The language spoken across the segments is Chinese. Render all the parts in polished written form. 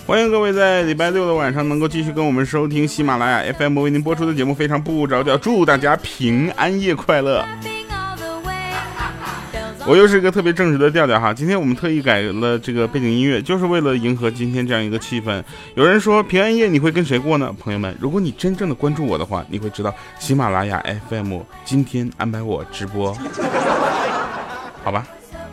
欢迎各位在礼拜六的晚上能够继续跟我们收听喜马拉雅 FM 为您播出的节目，非常不着调，祝大家平安夜快乐。我又是一个特别正直的调调哈，今天我们特意改了这个背景音乐，就是为了迎合今天这样一个气氛。有人说平安夜你会跟谁过呢？朋友们，如果你真正的关注我的话，你会知道喜马拉雅 FM 今天安排我直播，好吧？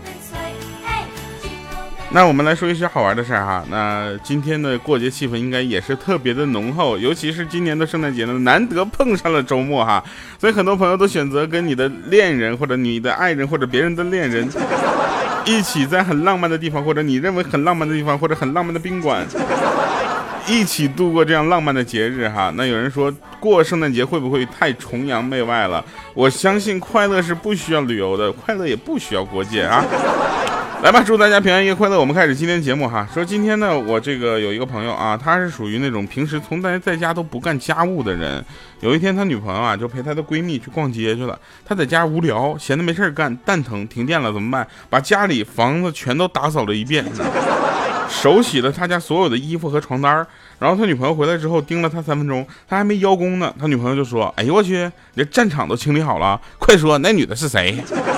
那我们来说一些好玩的事儿哈。那今天的过节气氛应该也是特别的浓厚，尤其是今年的圣诞节呢，难得碰上了周末哈，所以很多朋友都选择跟你的恋人或者你的爱人或者别人的恋人一起在很浪漫的地方，或者你认为很浪漫的地方，或者很浪漫的宾馆一起度过这样浪漫的节日哈。那有人说过圣诞节会不会太崇洋媚外了？我相信快乐是不需要旅游的，快乐也不需要国界啊。来吧，祝大家平安夜快乐！我们开始今天节目哈。说今天呢，我这个有一个朋友啊，他是属于那种平时从来在家都不干家务的人。有一天他女朋友啊就陪他的闺蜜去逛街去了，他在家无聊，闲得没事干，蛋疼，停电了怎么办？把家里房子全都打扫了一遍，手洗了他家所有的衣服和床单。然后他女朋友回来之后盯了他3分钟，他还没邀功呢，他女朋友就说：“哎呦我去，你这战场都清理好了，快说那女的是谁？”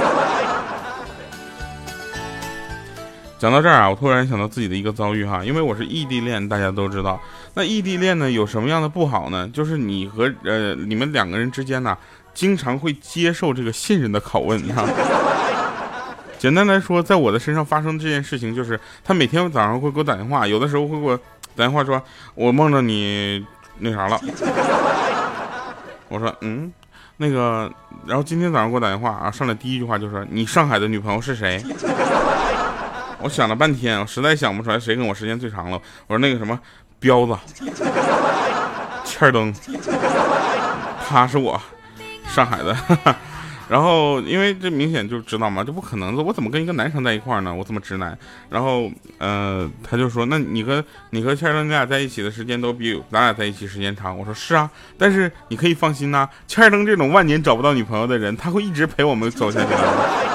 讲到这儿啊，我突然想到自己的一个遭遇哈，因为我是异地恋，大家都知道。那异地恋呢，有什么样的不好呢？就是你和你们两个人之间呢，经常会接受这个信任的拷问哈。简单来说，在我的身上发生这件事情，就是他每天早上会给我打电话，有的时候会给我打电话说，我梦着你那啥了。我说那个，然后今天早上给我打电话啊，上来第一句话就说你上海的女朋友是谁？我想了半天，我实在想不出来谁跟我时间最长了。我说那个什么彪子、欠灯，他是我上海的。然后因为这明显就知道嘛，这不可能的，我怎么跟一个男生在一块呢？我这么直男。然后他就说，那你和欠灯你俩在一起的时间都比咱俩在一起时间长。我说是啊，但是你可以放心呐，欠灯这种万年找不到女朋友的人，他会一直陪我们走下去的。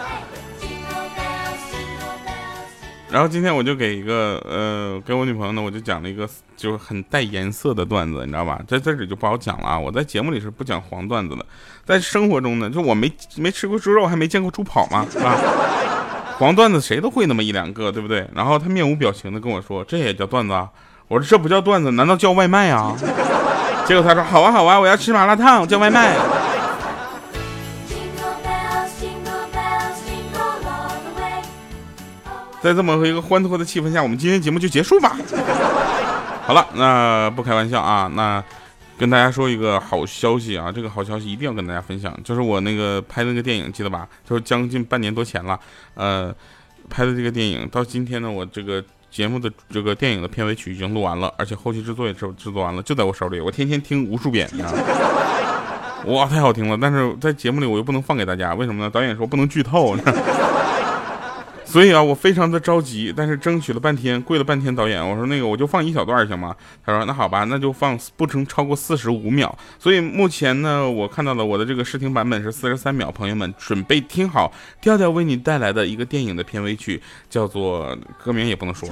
然后今天我就给我女朋友呢，我就讲了一个就是很带颜色的段子，你知道吧？在这里就不好讲了啊。我在节目里是不讲黄段子的，在生活中呢，就我没吃过猪肉，还没见过猪跑嘛，是吧？黄段子谁都会那么1-2个，对不对？然后他面无表情的跟我说，这也叫段子啊？我说这不叫段子，难道叫外卖啊？结果他说好啊好啊，我要吃麻辣烫，叫外卖。在这么一个欢脱的气氛下，我们今天节目就结束吧。好了，那不开玩笑啊，那跟大家说一个好消息啊，这个好消息一定要跟大家分享，就是我那个拍的那个电影，记得吧？就是将近半年多前了，拍的这个电影到今天呢，我这个节目的这个电影的片尾曲已经录完了，而且后期制作也制作完了，就在我手里，我天天听无数遍啊。哇，太好听了！但是在节目里我又不能放给大家，为什么呢？导演说不能剧透。所以啊，我非常的着急，但是争取了半天，跪了半天导演，我说那个我就放一小段行吗？他说那好吧，那就放不成超过45秒。所以目前呢，我看到了我的这个试听版本是43秒，朋友们准备听好，调调为你带来的一个电影的片尾曲，叫做歌名也不能说。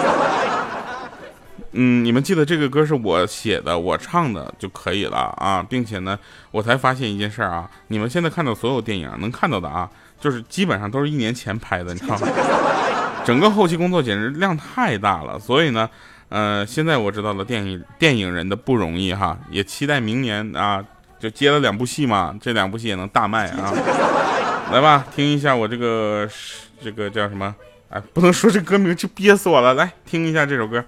你们记得这个歌是我写的，我唱的就可以了啊，并且呢，我才发现一件事啊，你们现在看到所有电影能看到的啊，就是基本上都是1年前拍的，你知道吗？整个后期工作简直量太大了，所以呢，现在我知道了电影人的不容易哈，也期待明年啊，就接了2部戏嘛，这2部戏也能大卖啊。来吧，听一下我这个叫什么？哎，不能说这歌名就憋死我了，来听一下这首歌。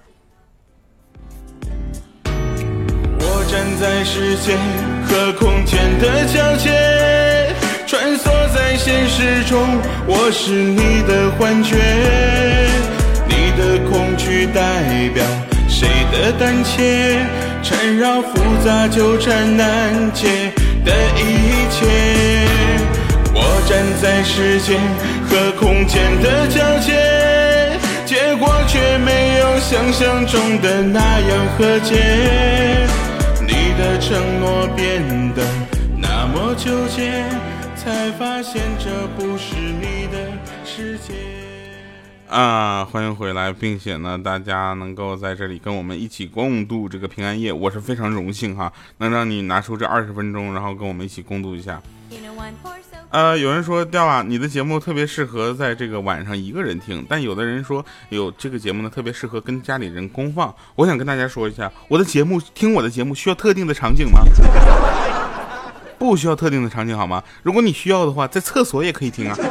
我站在时间和空间的交界，穿梭在现实中，我是你的幻觉，你的恐惧代表谁的胆怯，缠绕复杂纠缠难解的一切。我站在时间和空间的交界，结果却没有想象中的那样和解，你的承诺变得那么纠结，才发现这不是你的世界。 欢迎回来，并且呢，大家能够在这里跟我们一起共度这个平安夜，我是非常荣幸哈，能让你拿出这20分钟，然后跟我们一起共度一下。有人说调啊，你的节目特别适合在这个晚上一个人听，但有的人说有这个节目呢特别适合跟家里人公放。我想跟大家说一下，我的节目需要特定的场景吗？不需要特定的场景好吗？如果你需要的话，在厕所也可以听啊。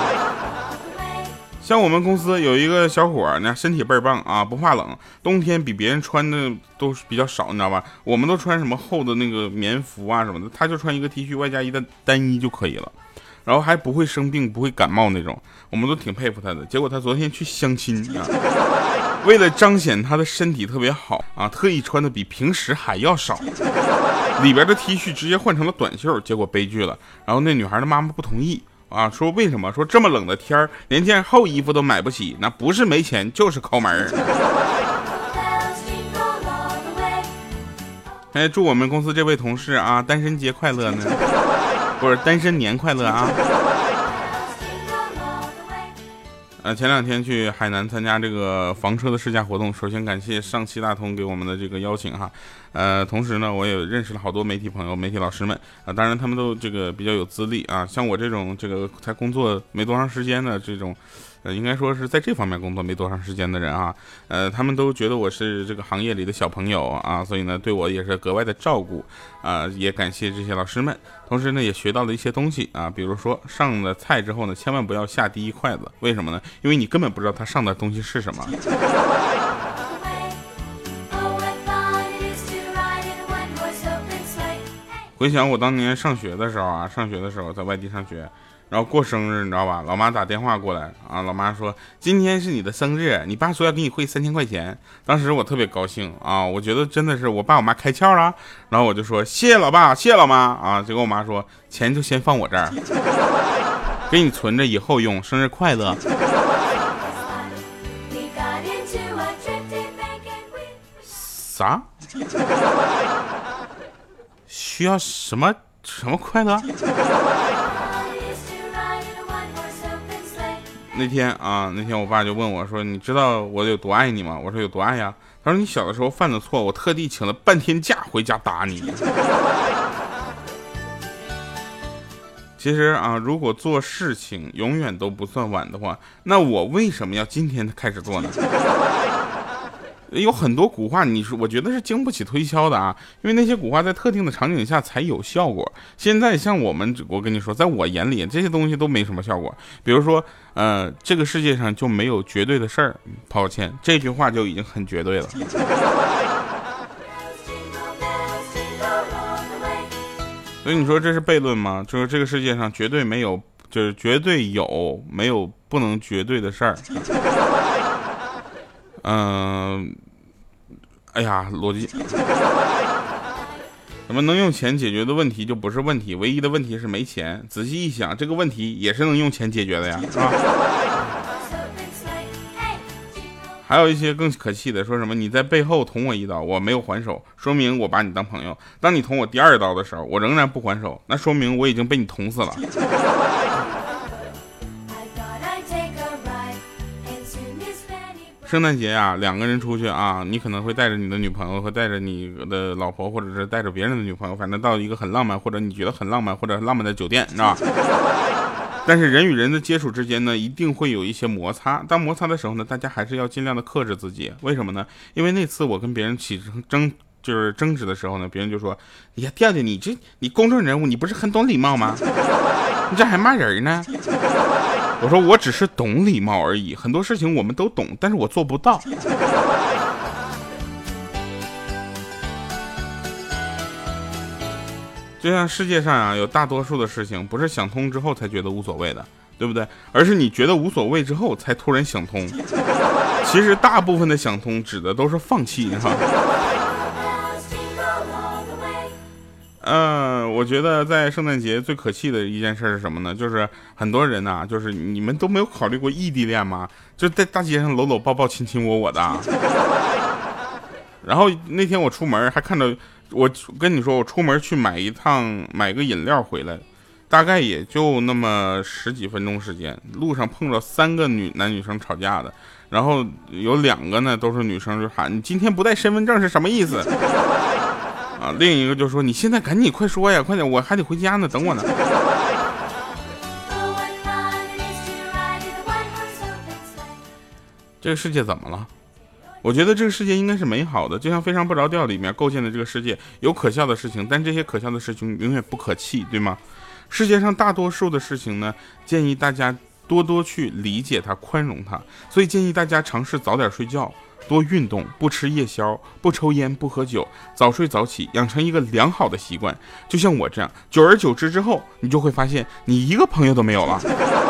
像我们公司有一个小伙呢，身体倍儿棒啊，不怕冷，冬天比别人穿的都比较少，你知道吧？我们都穿什么厚的那个棉服啊什么的，他就穿一个 T 恤外加一个单衣就可以了，然后还不会生病，不会感冒那种，我们都挺佩服他的。结果他昨天去相亲啊，为了彰显他的身体特别好啊，特意穿的比平时还要少，里边的 T 恤直接换成了短袖，结果悲剧了。然后那女孩的妈妈不同意啊，说为什么？说这么冷的天儿，连件厚衣服都买不起，那不是没钱就是抠门。哎，祝我们公司这位同事啊，单身节快乐呢，不是单身年快乐啊。前两天去海南参加这个房车的试驾活动，首先感谢上汽大通给我们的这个邀请哈，同时呢，我也认识了好多媒体朋友、媒体老师们啊，当然他们都这个比较有资历啊，像我这种这个才工作没多长时间的这种，应该说是在这方面工作没多长时间的人啊，他们都觉得我是这个行业里的小朋友啊，所以呢，对我也是格外的照顾啊，也感谢这些老师们，同时呢，也学到了一些东西啊，比如说上了菜之后呢，千万不要下第一筷子，为什么呢？因为你根本不知道他上的东西是什么。回想我当年上学的时候在外地上学，然后过生日你知道吧，老妈打电话过来啊，老妈说今天是你的生日，你爸说要给你汇3000块钱。当时我特别高兴啊，我觉得真的是我爸我妈开窍了，然后我就说谢谢老爸谢谢老妈啊，结果我妈说钱就先放我这儿，给你存着以后用，生日快乐。啥？需要什么快乐？那天我爸就问我说你知道我有多爱你吗？我说有多爱呀。他说你小的时候犯的错，我特地请了半天假回家打你。其实啊，如果做事情永远都不算晚的话，那我为什么要今天开始做呢？有很多古话我觉得是经不起推敲的啊，因为那些古话在特定的场景下才有效果。现在像我跟你说，在我眼里这些东西都没什么效果。比如说这个世界上就没有绝对的事儿，抱歉，这句话就已经很绝对了。所以你说这是悖论吗？就是这个世界上绝对没有，就是绝对有，没有不能绝对的事儿。哎呀，逻辑，什么能用钱解决的问题就不是问题，唯一的问题是没钱。仔细一想，这个问题也是能用钱解决的呀，是吧？还有一些更可气的，说什么你在背后捅我一刀，我没有还手，说明我把你当朋友；当你捅我第2刀的时候，我仍然不还手，那说明我已经被你捅死了。圣诞节啊，2个人出去啊，你可能会带着你的女朋友，会带着你的老婆，或者是带着别人的女朋友，反正到一个很浪漫，或者你觉得很浪漫，或者浪漫的酒店，是吧？但是人与人的接触之间呢，一定会有一些摩擦。当摩擦的时候呢，大家还是要尽量的克制自己。为什么呢？因为那次我跟别人起争执的时候呢，别人就说：“呀，调调，你公众人物，你不是很懂礼貌吗？你这还骂人呢？”我说我只是懂礼貌而已，很多事情我们都懂，但是我做不到。就像世界上啊，有大多数的事情不是想通之后才觉得无所谓的，对不对？而是你觉得无所谓之后才突然想通。其实大部分的想通指的都是放弃哈。我觉得在圣诞节最可气的一件事是什么呢？就是很多人啊，就是你们都没有考虑过异地恋吗？就在大街上搂搂抱抱亲亲我我的。然后那天我出门还看到，我跟你说我出门去买个饮料回来， 大概也就那么10几分钟时间，路上碰着3个男女生吵架的，然后有2个呢都是女生就喊你今天不带身份证是什么意思啊？另一个就说你现在赶紧快说呀，快点，我还得回家呢，等我呢。这个世界怎么了？我觉得这个世界应该是美好的，就像《非常不着调》里面构建的这个世界，有可笑的事情，但这些可笑的事情永远不可气，对吗？世界上大多数的事情呢，建议大家多多去理解它，宽容它，所以建议大家尝试早点睡觉，多运动，不吃夜宵，不抽烟，不喝酒，早睡早起，养成一个良好的习惯。就像我这样，久而久之之后，你就会发现你一个朋友都没有了。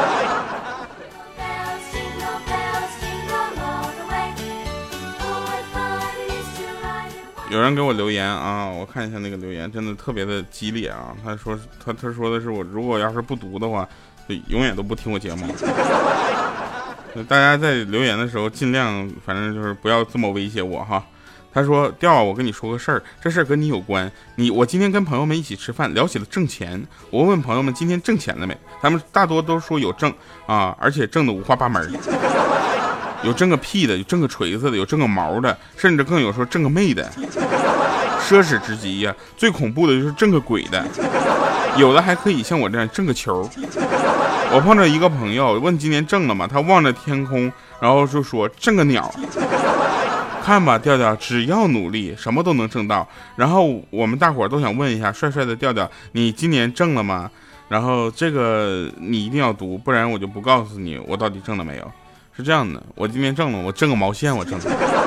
有人给我留言啊，我看一下那个留言，真的特别的激烈啊。他说的是我如果要是不读的话，就永远都不听我节目。大家在留言的时候尽量，反正就是不要这么威胁我哈。他说调啊，我跟你说个事儿，这事儿跟你有关。我今天跟朋友们一起吃饭，聊起了挣钱。我问朋友们今天挣钱了没，他们大多都说有挣啊，而且挣的五花八门。有挣个屁的，有挣个锤子的，有挣个毛的，甚至更有说挣个妹的，奢侈之极呀！最恐怖的就是挣个鬼的，有的还可以像我这样挣个球。我碰着一个朋友问今年挣了吗？他望着天空，然后就说挣个鸟。看吧，调调，只要努力，什么都能挣到。然后我们大伙都想问一下，帅帅的调调，你今年挣了吗？然后这个你一定要读，不然我就不告诉你我到底挣了没有。是这样的，我今天挣了，我挣个毛线，我挣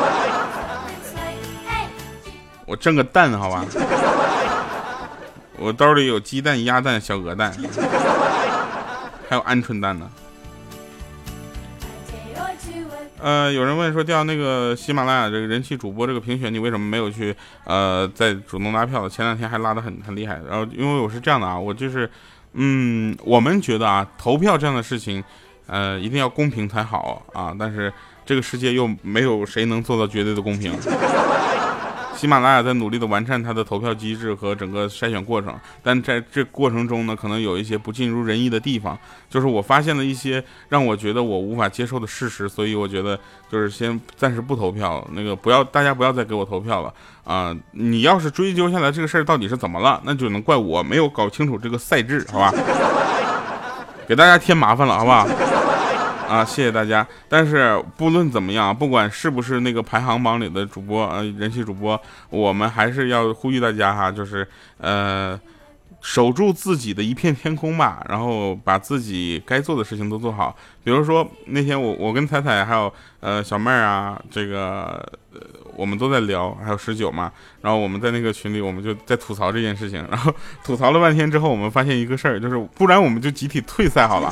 个蛋，好吧？我兜里有鸡蛋、鸭蛋、小鹅蛋，还有鹌鹑蛋呢。有人问说，调那个喜马拉雅这个人气主播这个评选，你为什么没有去再主动拉票？前2天还拉得很厉害。然后因为我是这样的啊，我就是我们觉得啊，投票这样的事情。一定要公平才好啊！但是这个世界又没有谁能做到绝对的公平。喜马拉雅在努力的完善它的投票机制和整个筛选过程，但在这过程中呢，可能有一些不尽如人意的地方。就是我发现了一些让我觉得我无法接受的事实，所以我觉得就是先暂时不投票。那个大家不要再给我投票了啊！你要是追究下来这个事儿到底是怎么了，那就能怪我没有搞清楚这个赛制，好吧？给大家添麻烦了，好不好？啊，谢谢大家。但是不论怎么样，不管是不是那个排行榜里的主播，人气主播，我们还是要呼吁大家哈，就是守住自己的一片天空吧，然后把自己该做的事情都做好。比如说那天我跟彩彩还有小妹儿啊，这个我们都在聊，还有19嘛，然后我们在那个群里我们就在吐槽这件事情，然后吐槽了半天之后，我们发现一个事儿，就是不然我们就集体退赛好了。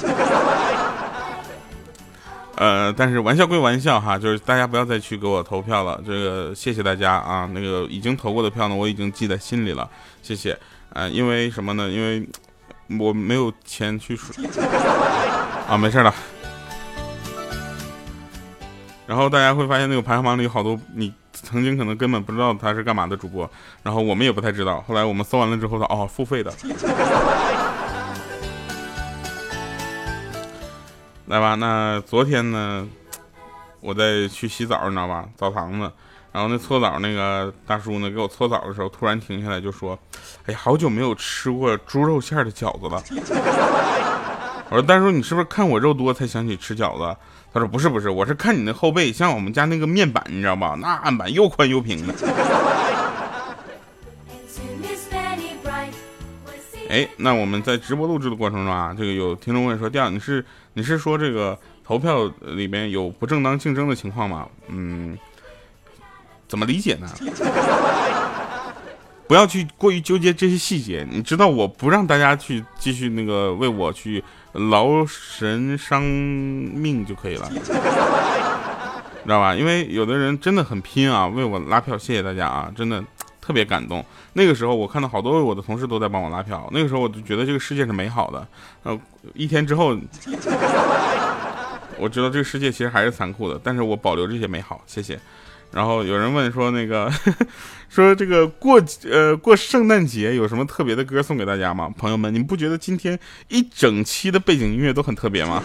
但是玩笑归玩笑哈，就是大家不要再去给我投票了，这个谢谢大家啊，那个已经投过的票呢，我已经记在心里了，谢谢。因为什么呢？因为我没有钱去啊，没事了。然后大家会发现那个排行榜里有好多你曾经可能根本不知道他是干嘛的主播，然后我们也不太知道，后来我们搜完了之后说哦，付费的。来吧，那昨天呢，我在去洗澡，你知道吧，澡堂子，然后那搓澡那个大叔呢，给我搓澡的时候突然停下来就说，哎呀，好久没有吃过猪肉馅的饺子了。我说大叔，你是不是看我肉多才想起吃饺子？他说不是，我是看你那后背像我们家那个面板，你知道吧，那案板又宽又平的。哎，那我们在直播录制的过程中啊，这个有听众问说，调，你是说这个投票里面有不正当竞争的情况吗？怎么理解呢？不要去过于纠结这些细节，你知道我不让大家去继续那个为我去劳神伤命就可以了，知道吧？因为有的人真的很拼啊，为我拉票，谢谢大家啊，真的特别感动。那个时候我看到好多我的同事都在帮我拉票，那个时候我就觉得这个世界是美好的。一天之后，我知道这个世界其实还是残酷的，但是我保留这些美好，谢谢。 然后有人问说那个说这个过圣诞节有什么特别的歌送给大家吗？朋友们，你们不觉得今天一整期的背景音乐都很特别吗？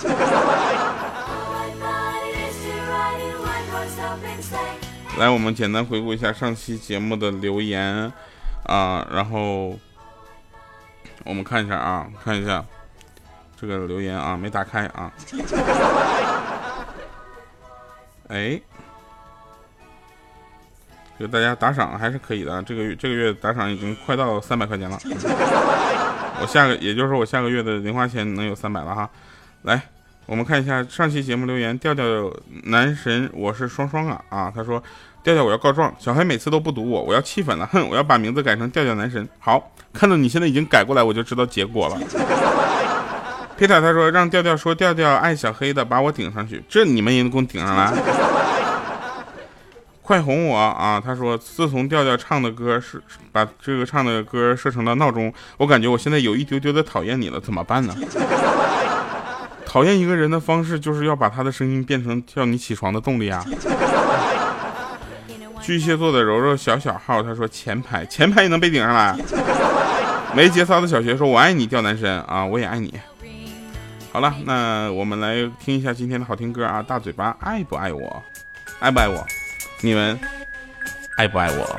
来，我们简单回顾一下上期节目的留言啊，然后我们看一下这个留言啊，没打开啊。哎，这个大家打赏还是可以的，这个月打赏已经快到300块钱了。也就是说我下个月的零花钱能有300了哈。来，我们看一下上期节目留言，调调男神我是双双啊，他说调调我要告状，小黑每次都不读我要气愤了，我要把名字改成调调男神。好，看到你现在已经改过来，我就知道结果了。皮塔他说让调调说调调爱小黑的，把我顶上去，这你们也能给我顶上来？快哄我啊！他说自从调调唱的歌是把这个唱的歌设成了闹钟，我感觉我现在有一丢丢的讨厌你了，怎么办呢？讨厌一个人的方式就是要把他的声音变成叫你起床的动力啊！巨蟹座的柔柔小号他说前排也能被顶上来。没节操的小学说我爱你调男神啊，我也爱你。好了，那我们来听一下今天的好听歌啊！大嘴巴爱不爱我？爱不爱我？你们爱不爱我？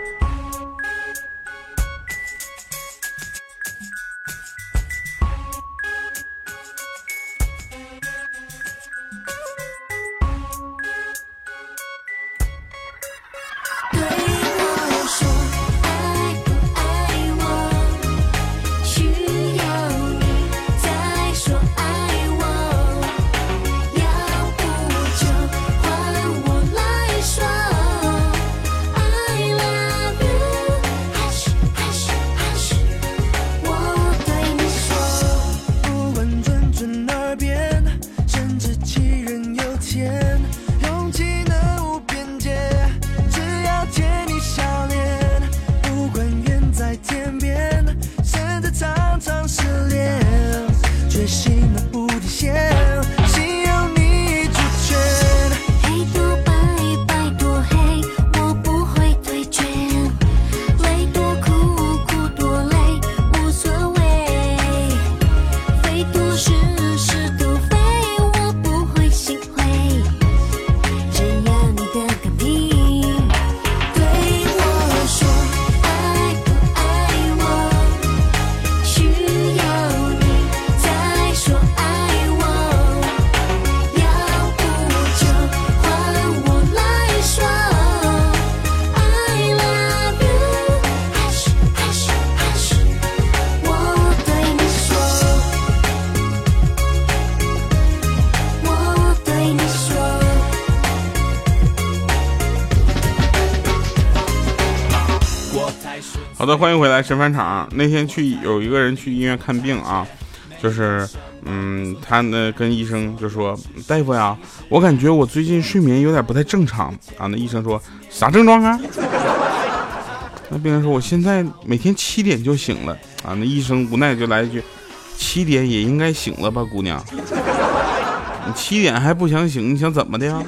好的，欢迎回来神返场。那天有一个人去医院看病啊，就是他呢跟医生就说，大夫呀，我感觉我最近睡眠有点不太正常啊。那医生说啥症状啊？那病人说我现在每天7点就醒了啊。那医生无奈就来一句，7点也应该醒了吧，姑娘？你7点还不想醒，你想怎么的呀？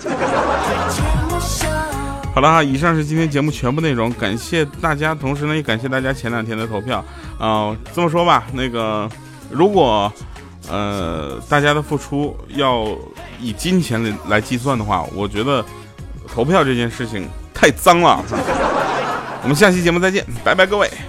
好了哈，以上是今天节目全部内容，感谢大家，同时呢也感谢大家前2天的投票这么说吧，那个如果大家的付出要以金钱来计算的话，我觉得投票这件事情太脏了。我们下期节目再见，拜拜各位。